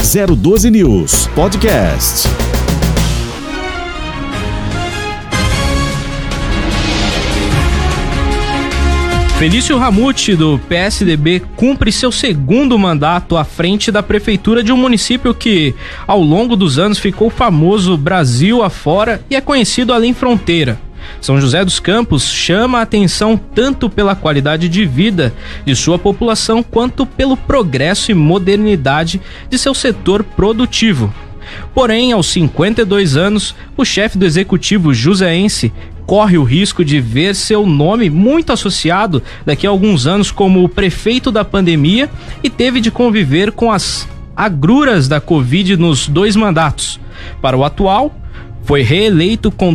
012 News Podcast. Felício Ramute, do PSDB, cumpre seu segundo mandato à frente da prefeitura de um município que, ao longo dos anos, ficou famoso Brasil afora e é conhecido além fronteira. São José dos Campos chama a atenção tanto pela qualidade de vida de sua população quanto pelo progresso e modernidade de seu setor produtivo. Porém, aos 52 anos, o chefe do executivo joseense corre o risco de ver seu nome muito associado daqui a alguns anos como o prefeito da pandemia e teve de conviver com as agruras da Covid nos 2 mandatos. Para o atual, foi reeleito com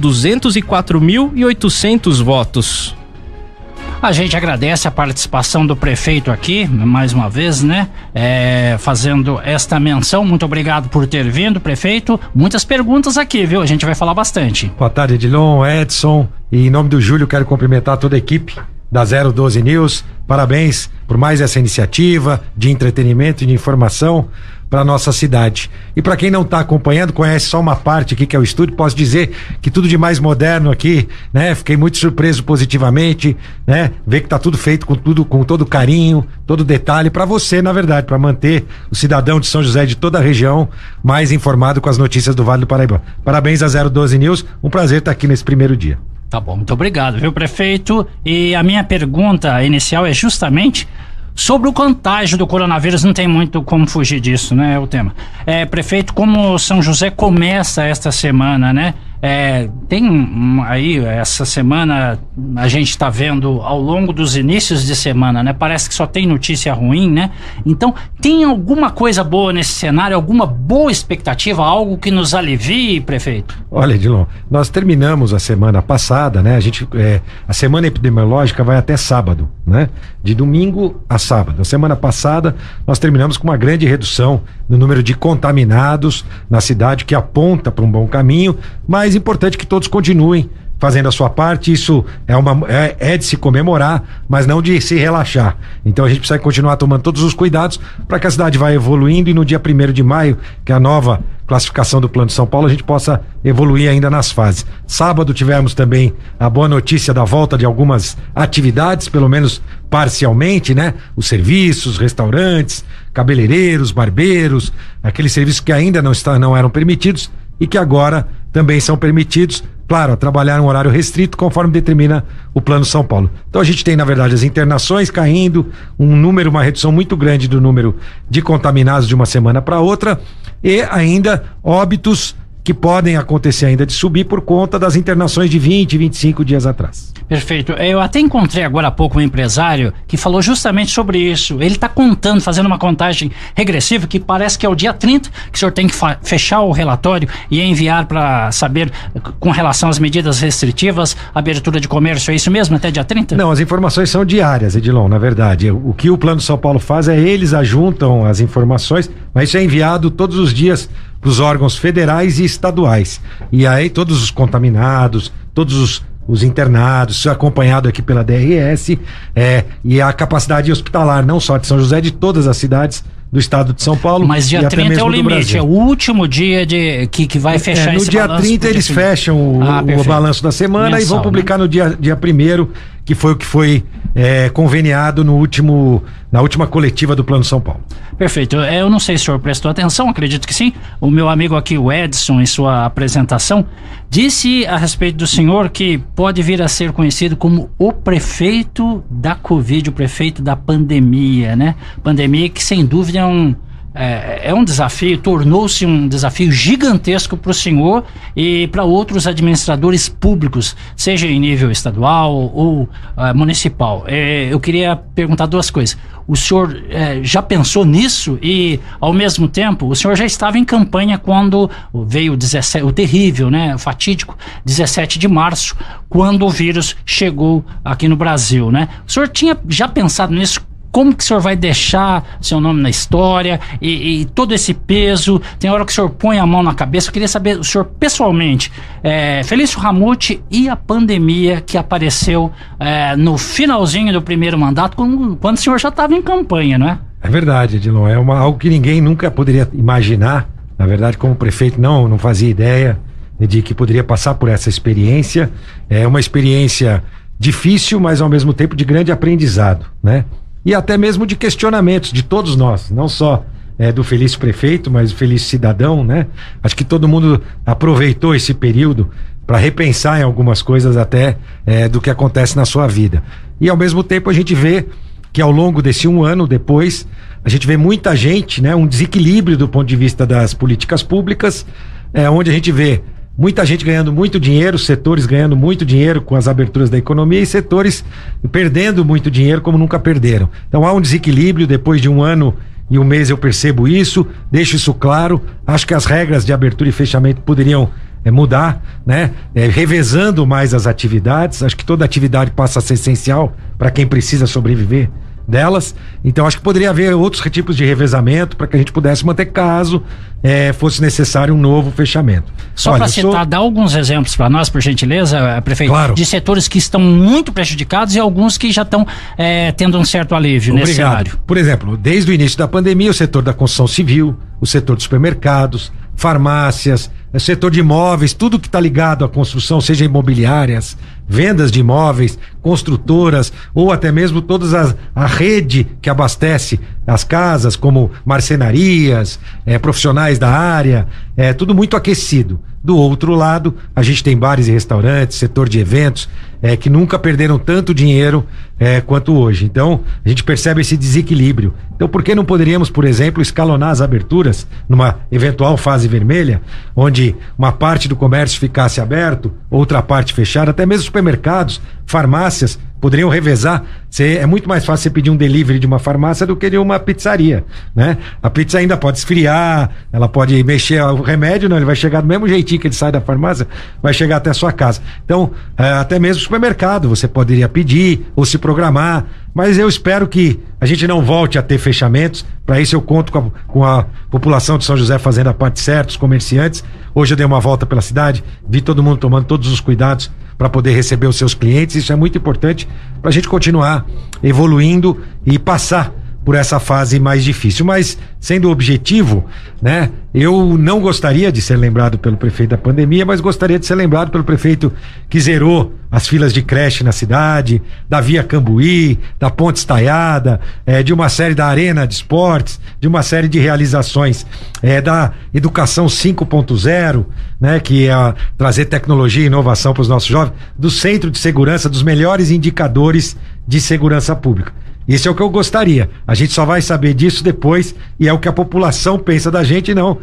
204.800 votos. A gente agradece a participação do prefeito aqui, mais uma vez, né? Fazendo esta menção. Muito obrigado por ter vindo, prefeito. Muitas perguntas aqui, viu? A gente vai falar bastante. Boa tarde, Edilon, Edson. E em nome do Júlio, quero cumprimentar toda a equipe da 012 News. Parabéns por mais essa iniciativa de entretenimento e de informação para nossa cidade. E para quem não está acompanhando, conhece só uma parte aqui que é o estúdio, posso dizer que tudo de mais moderno aqui, né? Fiquei muito surpreso positivamente, né? Ver que tá tudo feito com todo carinho, todo detalhe para você, na verdade, para manter o cidadão de São José de toda a região mais informado com as notícias do Vale do Paraíba. Parabéns a 012 News, um prazer estar aqui nesse primeiro dia. Tá bom, muito obrigado, viu, prefeito? E a minha pergunta inicial é justamente sobre o contágio do coronavírus. Não tem muito como fugir disso, né? É o tema. Prefeito, como São José começa esta semana, né? Tem aí, essa semana, a gente está vendo ao longo dos inícios de semana, né? Parece que só tem notícia ruim, né? Então, tem alguma coisa boa nesse cenário? Alguma boa expectativa? Algo que nos alivie, prefeito? Olha, Edilon, nós terminamos a semana passada, né? A semana epidemiológica vai até sábado, né? De domingo a sábado. A semana passada, nós terminamos com uma grande redução no número de contaminados na cidade, que aponta para um bom caminho, mas importante que todos continuem fazendo a sua parte. Isso é de se comemorar, mas não de se relaxar. Então a gente precisa continuar tomando todos os cuidados para que a cidade vá evoluindo e no dia 1º de maio, que é a nova classificação do Plano de São Paulo, a gente possa evoluir ainda nas fases. Sábado tivemos também a boa notícia da volta de algumas atividades, pelo menos parcialmente, né? Os serviços, restaurantes, cabeleireiros, barbeiros, aqueles serviços que ainda não eram permitidos e que agora também são permitidos, claro, a trabalhar em um horário restrito, conforme determina o Plano São Paulo. Então a gente tem, na verdade, as internações caindo, uma redução muito grande do número de contaminados de uma semana para outra, e ainda óbitos que podem acontecer ainda de subir por conta das internações de 20, 25 dias atrás. Perfeito. Eu até encontrei agora há pouco um empresário que falou justamente sobre isso. Ele está contando, fazendo uma contagem regressiva, que parece que é o dia 30 que o senhor tem que fechar o relatório e enviar para saber com relação às medidas restritivas, abertura de comércio. É isso mesmo, até dia 30? Não, as informações são diárias, Edilon, na verdade. O que o Plano São Paulo faz é eles ajuntam as informações, mas isso é enviado todos os dias para os órgãos federais e estaduais. E aí todos os contaminados, todos os internados, isso é acompanhado aqui pela DRS, e a capacidade hospitalar, não só de São José, de todas as cidades do estado de São Paulo. Mas dia 30 é o limite, é o último dia que vai fechar esse balanço. No dia 30 eles fecham o balanço da semana mensal, e vão publicar, né? No dia 1º, que foi o que foi conveniado na última coletiva do Plano São Paulo. Perfeito. Eu não sei se o senhor prestou atenção, acredito que sim. O meu amigo aqui, o Edson, em sua apresentação, disse a respeito do senhor que pode vir a ser conhecido como o prefeito da Covid, o prefeito da pandemia, né? Pandemia que, sem dúvida, é um desafio, tornou-se um desafio gigantesco para o senhor e para outros administradores públicos, seja em nível estadual ou municipal. Eu queria perguntar duas coisas. O senhor já pensou nisso? E, ao mesmo tempo, o senhor já estava em campanha quando veio o terrível, né, o fatídico 17 de março, quando o vírus chegou aqui no Brasil, né? O senhor tinha já pensado nisso? Como que o senhor vai deixar seu nome na história e todo esse peso? Tem hora que o senhor põe a mão na cabeça. Eu queria saber, o senhor pessoalmente, Felício Ramute e a pandemia que apareceu no finalzinho do primeiro mandato, quando o senhor já estava em campanha, não é? É verdade, Edilon, algo que ninguém nunca poderia imaginar. Na verdade, como prefeito, não fazia ideia de que poderia passar por essa experiência. É uma experiência difícil, mas ao mesmo tempo de grande aprendizado, né? E até mesmo de questionamentos de todos nós, não só do Felício prefeito, mas do Felício cidadão, né? Acho que todo mundo aproveitou esse período para repensar em algumas coisas até do que acontece na sua vida. E ao mesmo tempo a gente vê que ao longo desse um ano depois, a gente vê muita gente, né, um desequilíbrio do ponto de vista das políticas públicas, onde a gente vê muita gente ganhando muito dinheiro, setores ganhando muito dinheiro com as aberturas da economia e setores perdendo muito dinheiro como nunca perderam. Então há um desequilíbrio. Depois de um ano e um mês eu percebo isso, deixo isso claro. Acho que as regras de abertura e fechamento poderiam mudar, né? Revezando mais as atividades. Acho que toda atividade passa a ser essencial para quem precisa sobreviver delas. Então acho que poderia haver outros tipos de revezamento para que a gente pudesse manter caso fosse necessário um novo fechamento. Só para citar, dá alguns exemplos para nós, por gentileza, prefeito, claro, de setores que estão muito prejudicados e alguns que já estão tendo um certo alívio. Obrigado. Nesse cenário. Por exemplo, desde o início da pandemia, o setor da construção civil, o setor de supermercados, farmácias, o setor de imóveis, tudo que está ligado à construção, seja imobiliárias, vendas de imóveis, construtoras, ou até mesmo a rede que abastece as casas, como marcenarias, profissionais da área, tudo muito aquecido. Do outro lado, a gente tem bares e restaurantes, setor de eventos, que nunca perderam tanto dinheiro quanto hoje. Então, a gente percebe esse desequilíbrio. Então, por que não poderíamos, por exemplo, escalonar as aberturas numa eventual fase vermelha, onde uma parte do comércio ficasse aberto, outra parte fechada, até mesmo supermercados, farmácias, poderiam revezar. É muito mais fácil você pedir um delivery de uma farmácia do que de uma pizzaria, né? A pizza ainda pode esfriar, ela pode mexer, o remédio não, ele vai chegar do mesmo jeitinho que ele sai da farmácia, vai chegar até a sua casa. Então, até mesmo o supermercado você poderia pedir ou se programar, mas eu espero que a gente não volte a ter fechamentos. Para isso eu conto com a população de São José fazendo a parte certa, os comerciantes. Hoje eu dei uma volta pela cidade, vi todo mundo tomando todos os cuidados para poder receber os seus clientes. Isso é muito importante para a gente continuar evoluindo e passar por essa fase mais difícil. Mas, sendo objetivo, né, eu não gostaria de ser lembrado pelo prefeito da pandemia, mas gostaria de ser lembrado pelo prefeito que zerou as filas de creche na cidade, da Via Cambuí, da Ponte Estaiada, de uma série da Arena de Esportes, de uma série de realizações da Educação 5.0, né, que é trazer tecnologia e inovação para os nossos jovens, do Centro de Segurança, dos melhores indicadores de segurança pública. Isso é o que eu gostaria. A gente só vai saber disso depois, e é o que a população pensa da gente, não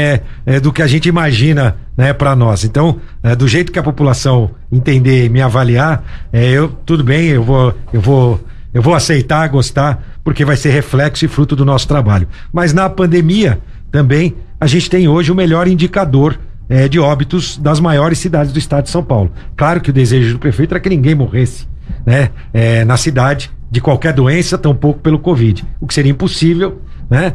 do que a gente imagina, né, para nós. Então, do jeito que a população entender e me avaliar, tudo bem, eu vou aceitar, gostar, porque vai ser reflexo e fruto do nosso trabalho. Mas na pandemia também a gente tem hoje o melhor indicador de óbitos das maiores cidades do estado de São Paulo. Claro que o desejo do prefeito era que ninguém morresse, né, na cidade, de qualquer doença, tampouco pelo Covid, o que seria impossível, né?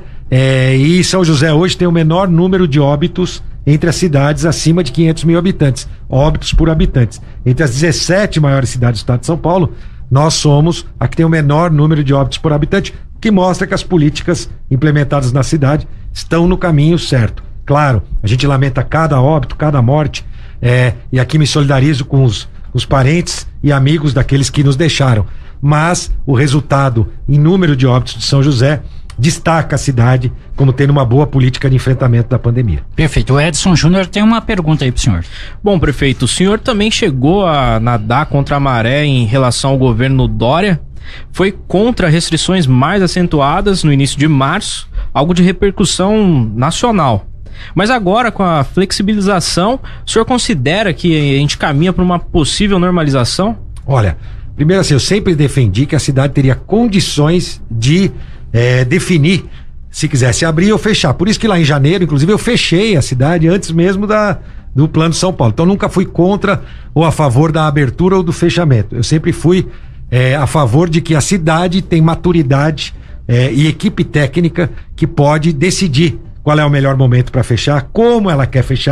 E São José hoje tem o menor número de óbitos entre as cidades acima de 500 mil habitantes, óbitos por habitantes. Entre as 17 maiores cidades do estado de São Paulo, nós somos a que tem o menor número de óbitos por habitante, que mostra que as políticas implementadas na cidade estão no caminho certo. Claro, a gente lamenta cada óbito, cada morte, e aqui me solidarizo com os parentes e amigos daqueles que nos deixaram. Mas o resultado em número de óbitos de São José destaca a cidade como tendo uma boa política de enfrentamento da pandemia. Perfeito. O Edson Júnior tem uma pergunta aí pro senhor. Bom, prefeito, o senhor também chegou a nadar contra a maré em relação ao governo Dória? Foi contra restrições mais acentuadas no início de março, algo de repercussão nacional. Mas agora, com a flexibilização, o senhor considera que a gente caminha para uma possível normalização? Olha, primeiro assim, eu sempre defendi que a cidade teria condições de definir se quisesse abrir ou fechar. Por isso que lá em janeiro, inclusive, eu fechei a cidade antes mesmo do Plano São Paulo. Então nunca fui contra ou a favor da abertura ou do fechamento. Eu sempre fui a favor de que a cidade tem maturidade e equipe técnica que pode decidir qual é o melhor momento para fechar, como ela quer fechar,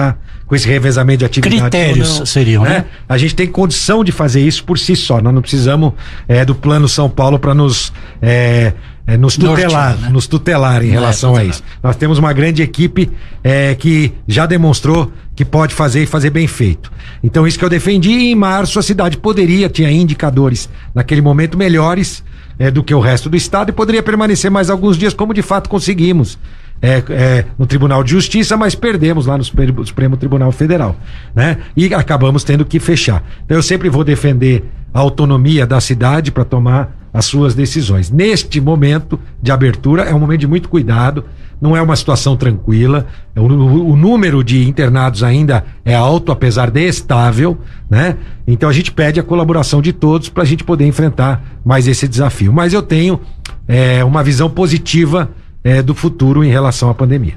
com esse revezamento de atividade. Critérios seriam, né? A gente tem condição de fazer isso por si só. Nós não precisamos do Plano São Paulo para nos tutelar, né? Nos tutelar em relação a isso. Nós temos uma grande equipe que já demonstrou que pode fazer e fazer bem feito. Então isso que eu defendi, em março a cidade tinha indicadores naquele momento melhores do que o resto do estado e poderia permanecer mais alguns dias, como de fato conseguimos no Tribunal de Justiça, mas perdemos lá no Supremo Tribunal Federal, né? E acabamos tendo que fechar. Então eu sempre vou defender a autonomia da cidade para tomar as suas decisões. Neste momento de abertura é um momento de muito cuidado, não é uma situação tranquila, o número de internados ainda é alto, apesar de estável, né? Então a gente pede a colaboração de todos para a gente poder enfrentar mais esse desafio. Mas eu tenho uma visão positiva do futuro em relação à pandemia.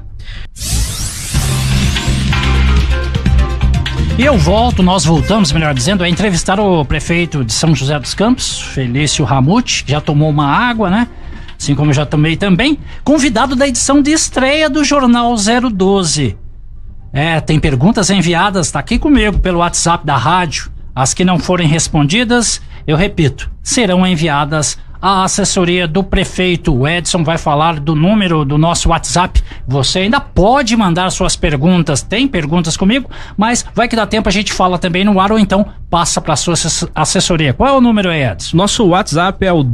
E nós voltamos, melhor dizendo, a entrevistar o prefeito de São José dos Campos, Felício Ramute, que já tomou uma água, né? Assim como eu já tomei também, convidado da edição de estreia do Jornal 012. Tem perguntas enviadas, tá aqui comigo pelo WhatsApp da rádio. As que não forem respondidas, eu repito, serão enviadas à assessoria do prefeito. O Edson vai falar do número do nosso WhatsApp. Você ainda pode mandar suas perguntas, tem perguntas comigo, mas vai que dá tempo, a gente fala também no ar, ou então passa para a sua assessoria. Qual é o número aí, Edson? Nosso WhatsApp é o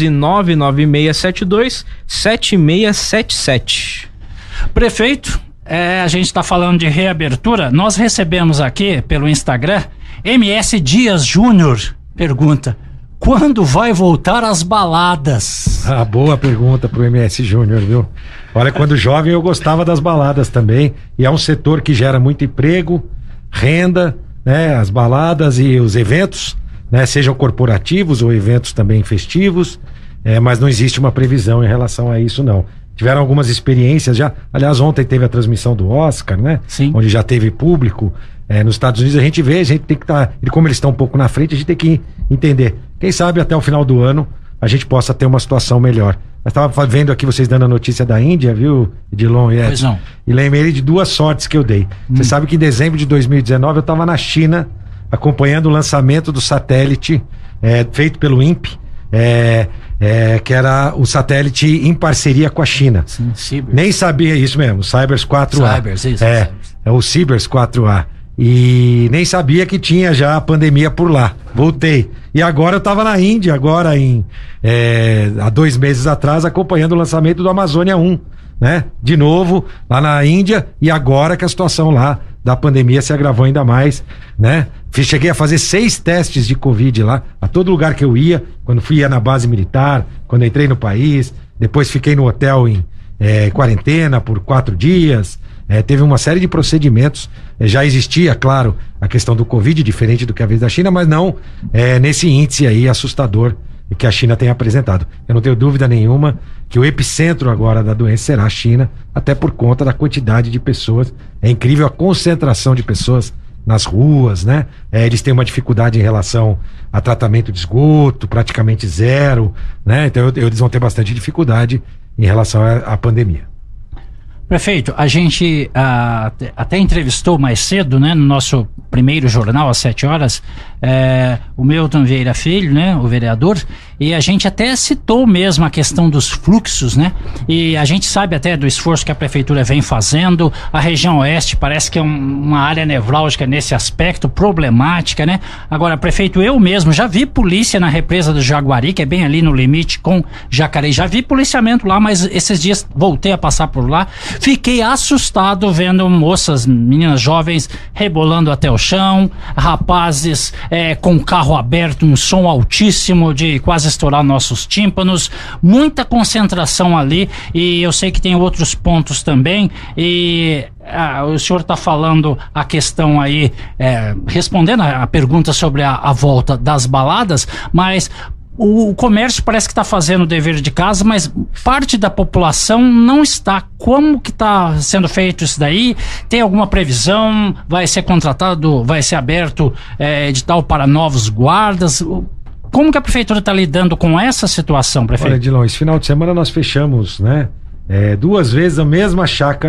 12996727677. Prefeito, a gente está falando de reabertura. Nós recebemos aqui pelo Instagram, MS Dias Júnior pergunta: quando vai voltar às baladas? Boa pergunta pro MS Júnior, viu? Olha, quando jovem eu gostava das baladas também, e é um setor que gera muito emprego, renda, né? As baladas e os eventos, né? Sejam corporativos ou eventos também festivos, mas não existe uma previsão em relação a isso, não. Tiveram algumas experiências já, aliás, ontem teve a transmissão do Oscar, né? Sim. Onde já teve público. Nos Estados Unidos a gente tem que estar, como eles estão um pouco na frente, a gente tem que entender. Quem sabe até o final do ano a gente possa ter uma situação melhor. Eu estava vendo aqui vocês dando a notícia da Índia, viu, Edilon e Edson? E lembrei de duas sortes que eu dei. Você sabe que em dezembro de 2019 eu estava na China acompanhando o lançamento do satélite feito pelo INPE, que era o satélite em parceria com a China. Sim, Cibers. Nem sabia isso mesmo, Cibers 4A. Cibers, isso. É o Cibers 4A. E nem sabia que tinha já a pandemia por lá. Voltei. E agora eu estava na Índia, há 2 meses atrás, acompanhando o lançamento do Amazônia 1, né? De novo, lá na Índia, e agora que a situação lá da pandemia se agravou ainda mais, né? Cheguei a fazer 6 testes de Covid lá, a todo lugar que eu ia, quando ia na base militar, quando entrei no país, depois fiquei no hotel em quarentena por 4 dias. Teve uma série de procedimentos. Já existia, claro, a questão do Covid, diferente do que a vez da China, mas não nesse índice aí assustador que a China tem apresentado. Eu não tenho dúvida nenhuma que o epicentro agora da doença será a China, até por conta da quantidade de pessoas. É incrível a concentração de pessoas nas ruas, né? Eles têm uma dificuldade em relação a tratamento de esgoto, praticamente zero, né? Então eles vão ter bastante dificuldade em relação à pandemia. Prefeito, a gente até entrevistou mais cedo, né, no nosso primeiro jornal, às 7 horas, o Milton Vieira Filho, né, o vereador, e a gente até citou mesmo a questão dos fluxos, né, e a gente sabe até do esforço que a prefeitura vem fazendo. A região oeste parece que é uma área nevrálgica nesse aspecto, problemática, né. Agora, prefeito, eu mesmo já vi polícia na represa do Jaguari, que é bem ali no limite com Jacareí, já vi policiamento lá, mas esses dias voltei a passar por lá. Fiquei assustado vendo moças, meninas jovens, rebolando até o chão, rapazes com o carro aberto, um som altíssimo de quase estourar nossos tímpanos, muita concentração ali, e eu sei que tem outros pontos também, e o senhor está falando a questão aí, respondendo a pergunta sobre a volta das baladas, mas o comércio parece que está fazendo o dever de casa, mas parte da população não está. Como que está sendo feito isso daí? Tem alguma previsão? Vai ser contratado, vai ser aberto edital para novos guardas? Como que a prefeitura está lidando com essa situação, prefeito? Olha, Edilon, esse final de semana nós fechamos, né? 2 vezes a mesma chácara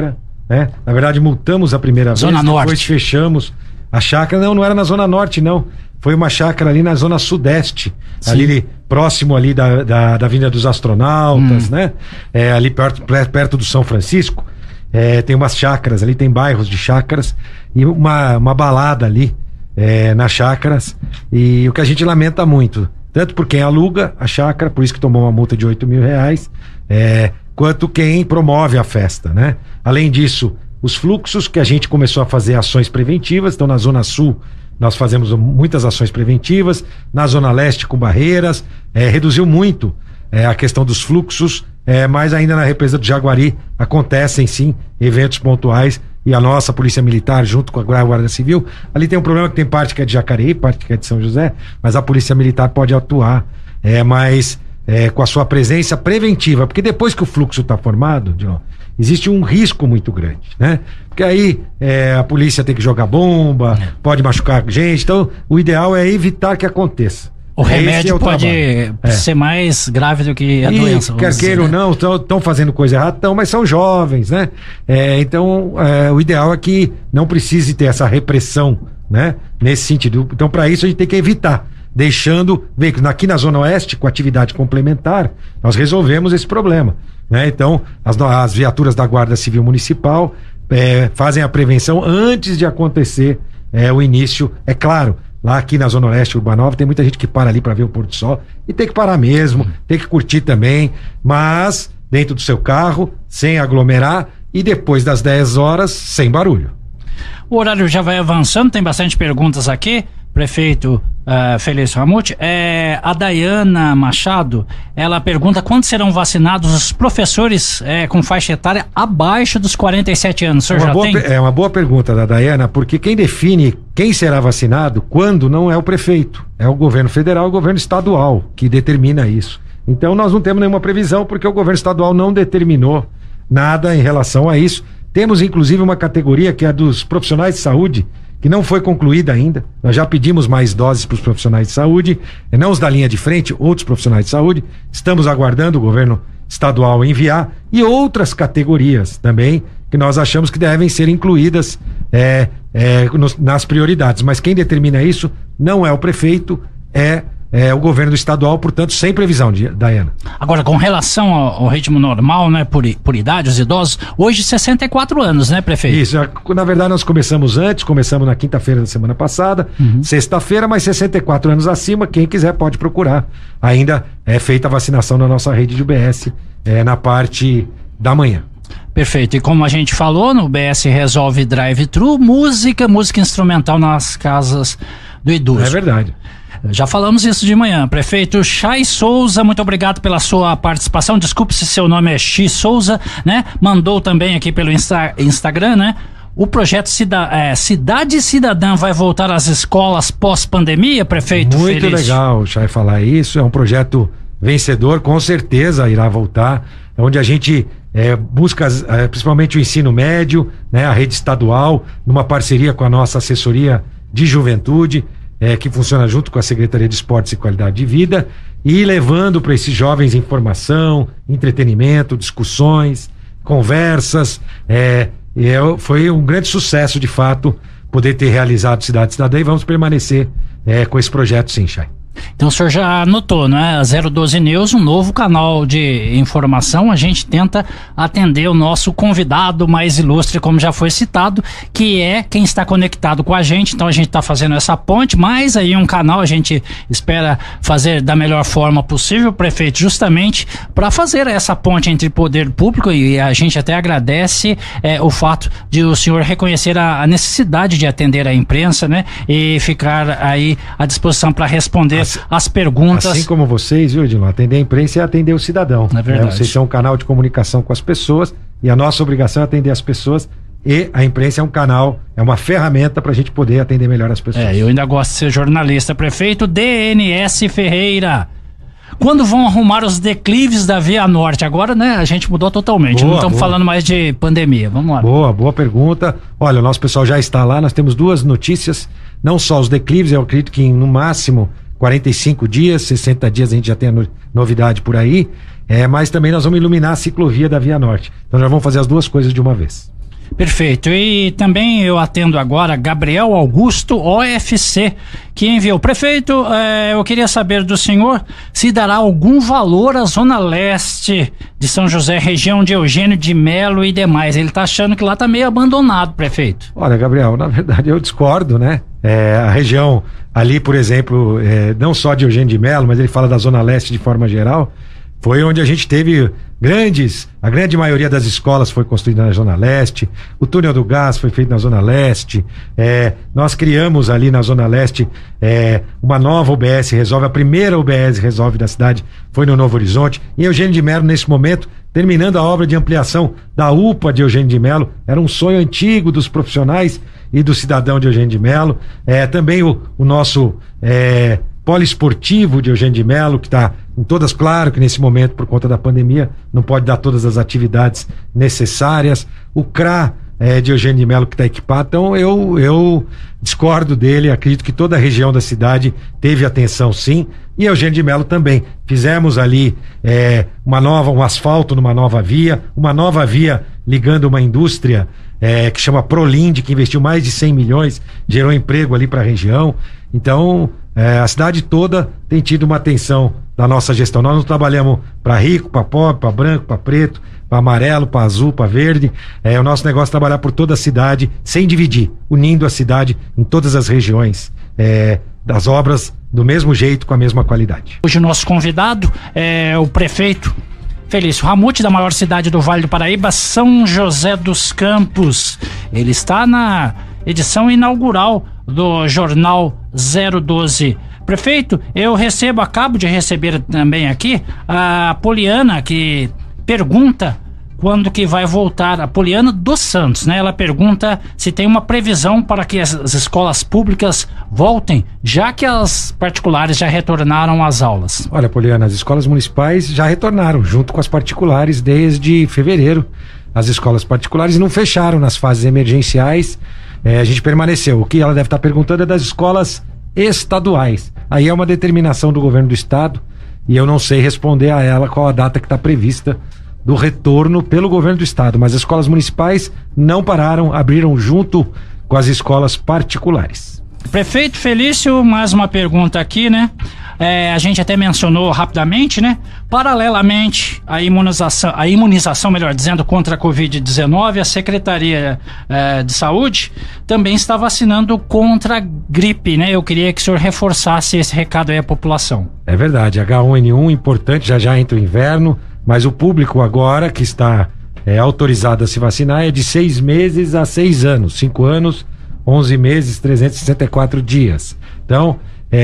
né? Na verdade, multamos a primeira vez, Zona depois Norte. fechamos a chácara. Não era na Zona Norte, não. Foi uma chácara ali na Zona Sudeste, ali próximo ali da Avenida dos Astronautas, né? Ali perto do São Francisco. Tem umas chácaras ali, tem bairros de chácaras e uma balada ali nas chácaras. E o que a gente lamenta muito, tanto por quem aluga a chácara, por isso que tomou uma multa de R$8.000, quanto quem promove a festa, né? Além disso, os fluxos que a gente começou a fazer ações preventivas. Então na Zona Sul nós fazemos muitas ações preventivas, na Zona Leste com barreiras, reduziu muito a questão dos fluxos, mas ainda na represa do Jaguari acontecem sim eventos pontuais, e a nossa Polícia Militar junto com a Guarda Civil, ali tem um problema que tem parte que é de Jacareí, parte que é de São José, mas a Polícia Militar pode atuar com a sua presença preventiva, porque depois que o fluxo está formado, existe um risco muito grande, né? Porque aí a polícia tem que jogar bomba, pode machucar gente, então o ideal é evitar que aconteça. O remédio pode ser mais grave do que a doença. Quer queira ou não, estão fazendo coisa errada, mas são jovens, né? Então, o ideal é que não precise ter essa repressão, né? Nesse sentido. Então, para isso, a gente tem que evitar. Deixando veículos. Aqui na Zona Oeste, com atividade complementar, nós resolvemos esse problema, né? Então, as viaturas da Guarda Civil Municipal fazem a prevenção antes de acontecer o início. É claro, lá aqui na Zona Oeste, Urbanova, tem muita gente que para ali para ver o pôr do sol, e tem que parar mesmo, tem que curtir também, mas dentro do seu carro, sem aglomerar, e depois das 10 horas, sem barulho. O horário já vai avançando, tem bastante perguntas aqui. Prefeito Felício Ramute, a Dayana Machado, ela pergunta quando serão vacinados os professores com faixa etária abaixo dos 47 anos. O senhor já tem? É uma boa pergunta da Dayana, porque quem define quem será vacinado quando não é o prefeito, é o governo federal e o governo estadual que determina isso. Então nós não temos nenhuma previsão, porque o governo estadual não determinou nada em relação a isso. Temos inclusive uma categoria que é a dos profissionais de saúde, que não foi concluída ainda. Nós já pedimos mais doses para os profissionais de saúde, não os da linha de frente, outros profissionais de saúde. Estamos aguardando o governo estadual enviar, e outras categorias também que nós achamos que devem ser incluídas nas prioridades. Mas quem determina isso não é o prefeito, é o governo estadual, portanto, sem previsão, Dayana. Agora, com relação ao ritmo normal, né, por idade, os idosos, hoje 64 anos, né, prefeito? Isso, na verdade nós começamos na quinta-feira da semana passada, sexta-feira, mas 64 anos acima, quem quiser pode procurar. Ainda é feita a vacinação na nossa rede de UBS, na parte da manhã. Perfeito, e como a gente falou, no BS Resolve Drive-Thru, música instrumental nas casas do idoso. É verdade. Já falamos isso de manhã. Prefeito Chay Souza, muito obrigado pela sua participação. Desculpe se seu nome é X Souza, né? Mandou também aqui pelo Instagram, né? O projeto Cidade Cidadã vai voltar às escolas pós-pandemia, prefeito? Muito Felício. Legal, Chay, falar isso. É um projeto vencedor, com certeza irá voltar. É onde a gente busca principalmente o ensino médio, né? A rede estadual, numa parceria com a nossa assessoria de juventude, que funciona junto com a Secretaria de Esportes e Qualidade de Vida, e levando para esses jovens informação, entretenimento, discussões, conversas. Foi um grande sucesso, de fato, poder ter realizado Cidade Cidadã, e vamos permanecer com esse projeto, sim, Chay. Então o senhor já anotou, né? 012 News, um novo canal de informação. A gente tenta atender o nosso convidado mais ilustre, como já foi citado, que é quem está conectado com a gente. Então a gente está fazendo essa ponte, mas aí um canal a gente espera fazer da melhor forma possível, prefeito, justamente para fazer essa ponte entre poder público, e a gente até agradece o fato de o senhor reconhecer a necessidade de atender a imprensa, né? E ficar aí à disposição para responder as perguntas. Assim como vocês, viu, Edilon? Atender a imprensa é atender o cidadão. É verdade. Vocês são um canal de comunicação com as pessoas, e a nossa obrigação é atender as pessoas, e a imprensa é um canal, é uma ferramenta para a gente poder atender melhor as pessoas. Eu ainda gosto de ser jornalista, prefeito. DNS Ferreira, quando vão arrumar os declives da Via Norte? Agora, né, a gente mudou totalmente, não estamos falando mais de pandemia. Vamos lá. Boa pergunta. Olha, o nosso pessoal já está lá, nós temos duas notícias, não só os declives, eu acredito que no máximo 45 dias, 60 dias a gente já tem a novidade por aí, mas também nós vamos iluminar a ciclovia da Via Norte. Então já vamos fazer as duas coisas de uma vez. Perfeito. E também eu atendo agora Gabriel Augusto OFC, que enviou: prefeito, eu queria saber do senhor se dará algum valor à Zona Leste de São José, região de Eugênio de Melo e demais. Ele tá achando que lá tá meio abandonado, prefeito. Olha, Gabriel, na verdade eu discordo, né? A região ali, por exemplo, não só de Eugênio de Melo, mas ele fala da Zona Leste de forma geral, foi onde a gente teve a grande maioria das escolas foi construída na Zona Leste, o túnel do gás foi feito na Zona Leste, nós criamos ali na Zona Leste uma nova UBS Resolve, a primeira UBS Resolve da cidade foi no Novo Horizonte. Em Eugênio de Melo, nesse momento, terminando a obra de ampliação da UPA de Eugênio de Melo, era um sonho antigo dos profissionais e do cidadão de Eugênio de Melo. Também o nosso poliesportivo de Eugênio de Melo, que está em todas, claro que nesse momento, por conta da pandemia, não pode dar todas as atividades necessárias. O CRA de Eugênio de Melo, que está equipado. Então eu discordo dele, acredito que toda a região da cidade teve atenção, sim, e Eugênio de Melo também. Fizemos ali um asfalto numa nova via ligando uma indústria que chama Prolind, que investiu mais de 100 milhões, gerou emprego ali para a região. Então a cidade toda tem tido uma atenção da nossa gestão. Nós não trabalhamos para rico, para pobre, para branco, para preto, para amarelo, para azul, para verde. O nosso negócio é trabalhar por toda a cidade, sem dividir, unindo a cidade em todas as regiões, das obras do mesmo jeito, com a mesma qualidade. Hoje o nosso convidado é o prefeito Felício Ramute, da maior cidade do Vale do Paraíba, São José dos Campos. Ele está na edição inaugural do Jornal 012. Prefeito, acabo de receber também aqui a Poliana, que pergunta quando que vai voltar, a Poliana dos Santos, né? Ela pergunta se tem uma previsão para que as escolas públicas voltem, já que as particulares já retornaram às aulas. Olha, Poliana, as escolas municipais já retornaram, junto com as particulares, desde fevereiro. As escolas particulares não fecharam nas fases emergenciais, a gente permaneceu. O que ela deve estar perguntando é das escolas estaduais. Aí é uma determinação do governo do estado e eu não sei responder a ela qual a data que está prevista do retorno pelo governo do estado, mas as escolas municipais não pararam, abriram junto com as escolas particulares. Prefeito Felício, mais uma pergunta aqui, né? A gente até mencionou rapidamente, né? Paralelamente à imunização, melhor dizendo, contra a Covid-19, a Secretaria de Saúde também está vacinando contra a gripe, né? Eu queria que o senhor reforçasse esse recado aí à população. É verdade, H1N1 importante, já entra o inverno, mas o público agora que está autorizado a se vacinar é de 6 meses a 6 anos, 5 anos, 11 meses, 364 dias. Então,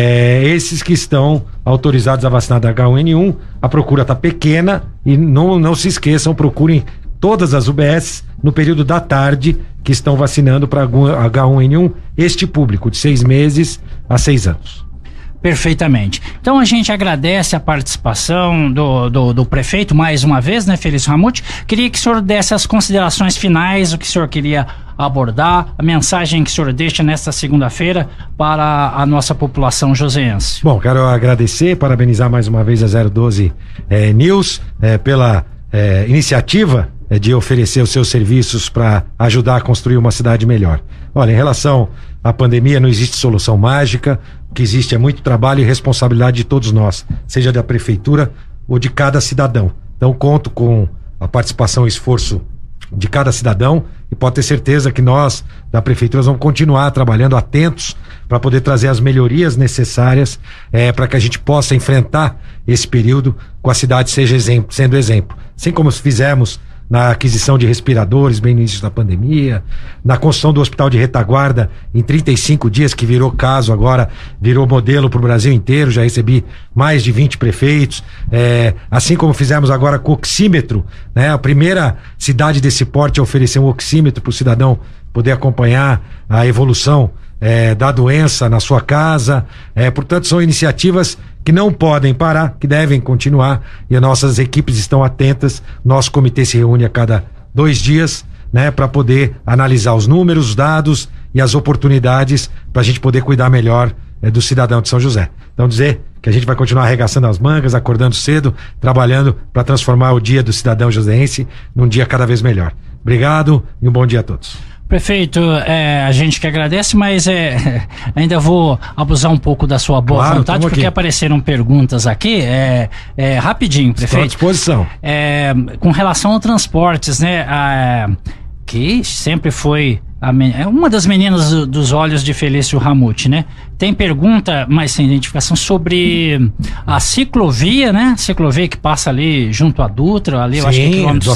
esses que estão autorizados a vacinar da H1N1, a procura está pequena e não se esqueçam, procurem todas as UBS no período da tarde que estão vacinando para H1N1 este público de 6 meses a 6 anos. Perfeitamente. Então a gente agradece a participação do prefeito mais uma vez, né, Felício Ramute? Queria que o senhor desse as considerações finais, o que o senhor queria abordar, a mensagem que o senhor deixa nesta segunda-feira para a nossa população joseense. Bom, quero agradecer, parabenizar mais uma vez a 012 News pela iniciativa de oferecer os seus serviços para ajudar a construir uma cidade melhor. Olha, em relação à pandemia não existe solução mágica, o que existe é muito trabalho e responsabilidade de todos nós, seja da prefeitura ou de cada cidadão. Então conto com a participação e esforço de cada cidadão e pode ter certeza que nós da prefeitura vamos continuar trabalhando atentos para poder trazer as melhorias necessárias para que a gente possa enfrentar esse período com a cidade sendo exemplo. Assim como fizemos na aquisição de respiradores bem no início da pandemia, na construção do hospital de retaguarda em 35 dias, que virou caso agora, virou modelo para o Brasil inteiro, já recebi mais de 20 prefeitos, assim como fizemos agora com o oxímetro, né? A primeira cidade desse porte a oferecer um oxímetro para o cidadão poder acompanhar a evolução da doença na sua casa. Portanto, são iniciativas que não podem parar, que devem continuar, e as nossas equipes estão atentas. Nosso comitê se reúne a cada 2 dias, né, para poder analisar os números, os dados e as oportunidades para a gente poder cuidar melhor do cidadão de São José. Então dizer que a gente vai continuar arregaçando as mangas, acordando cedo, trabalhando para transformar o dia do cidadão joseense num dia cada vez melhor. Obrigado e um bom dia a todos. Prefeito, a gente que agradece, mas ainda vou abusar um pouco da sua boa vontade, porque apareceram perguntas aqui, rapidinho, prefeito. Estou à disposição. Com relação ao transportes, né, que sempre foi uma das meninas dos olhos de Felício Ramute, né? Tem pergunta, mas sem identificação, sobre a ciclovia, né? Ciclovia que passa ali junto à Dutra, ali. Sim, eu acho que é quilômetro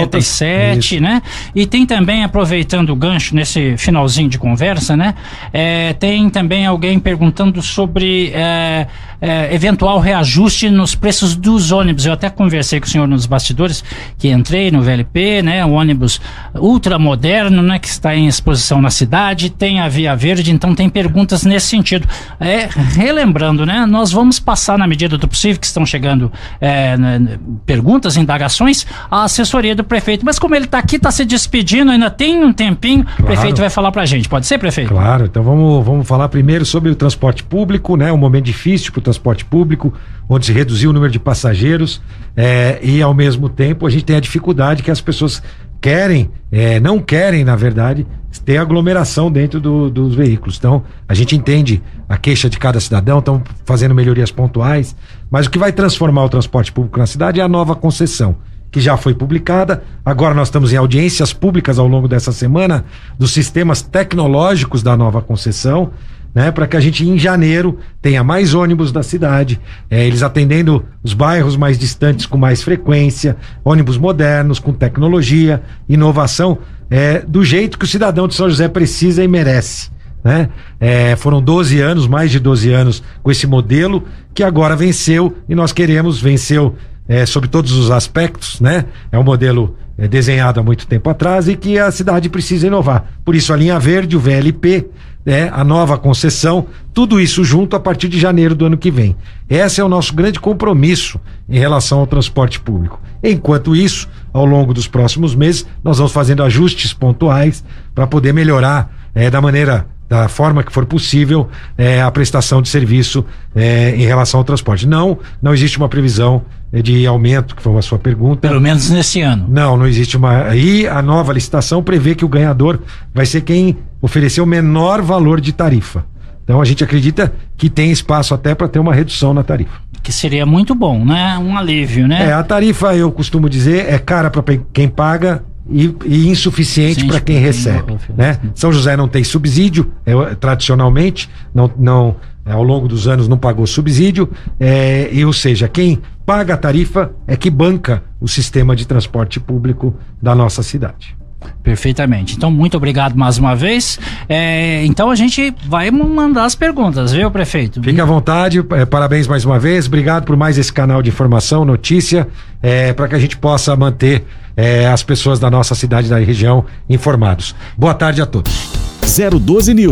147, né? E tem também, aproveitando o gancho nesse finalzinho de conversa, né? Tem também alguém perguntando sobre eventual reajuste nos preços dos ônibus. Eu até conversei com o senhor nos bastidores, que entrei no VLP, né? Um ônibus ultramoderno, né? Que está em exposição na cidade, tem a Via Verde, então tem perguntas nesse sentido. Relembrando, né, nós vamos passar, na medida do possível, que estão chegando perguntas, indagações, à assessoria do prefeito, mas como ele está aqui, está se despedindo, ainda tem um tempinho, claro. O prefeito vai falar pra gente, pode ser, prefeito? Claro, então vamos falar primeiro sobre o transporte público, né, um momento difícil para o transporte público, onde se reduziu o número de passageiros, e ao mesmo tempo a gente tem a dificuldade que as pessoas não querem, na verdade, ter aglomeração dentro dos veículos. Então, a gente entende a queixa de cada cidadão, estão fazendo melhorias pontuais, mas o que vai transformar o transporte público na cidade é a nova concessão, que já foi publicada. Agora nós estamos em audiências públicas ao longo dessa semana dos sistemas tecnológicos da nova concessão, né, para que a gente em janeiro tenha mais ônibus da cidade, eles atendendo os bairros mais distantes com mais frequência, ônibus modernos, com tecnologia, inovação, do jeito que o cidadão de São José precisa e merece, né? Foram 12 anos, mais de 12 anos com esse modelo que agora venceu e nós venceu sobre todos os aspectos, né? É um modelo desenhado há muito tempo atrás e que a cidade precisa inovar. Por isso a linha verde, o VLP, a nova concessão, tudo isso junto a partir de janeiro do ano que vem. Esse é o nosso grande compromisso em relação ao transporte público. Enquanto isso, ao longo dos próximos meses, nós vamos fazendo ajustes pontuais para poder melhorar da forma que for possível a prestação de serviço em relação ao transporte. Não existe uma previsão de aumento, que foi a sua pergunta. Pelo menos nesse ano. Não existe uma. E a nova licitação prevê que o ganhador vai ser quem oferecer o menor valor de tarifa. Então a gente acredita que tem espaço até para ter uma redução na tarifa. Que seria muito bom, né? Um alívio, né? A tarifa, eu costumo dizer, é cara para quem paga e insuficiente para quem recebe, né? São José não tem subsídio, tradicionalmente, não ao longo dos anos não pagou subsídio, ou seja, quem paga a tarifa é que banca o sistema de transporte público da nossa cidade. Perfeitamente. Então, muito obrigado mais uma vez. Então, a gente vai mandar as perguntas, viu, prefeito? Fique à vontade, parabéns mais uma vez, obrigado por mais esse canal de informação, notícia, para que a gente possa manter as pessoas da nossa cidade, da região, informados. Boa tarde a todos. 012 News.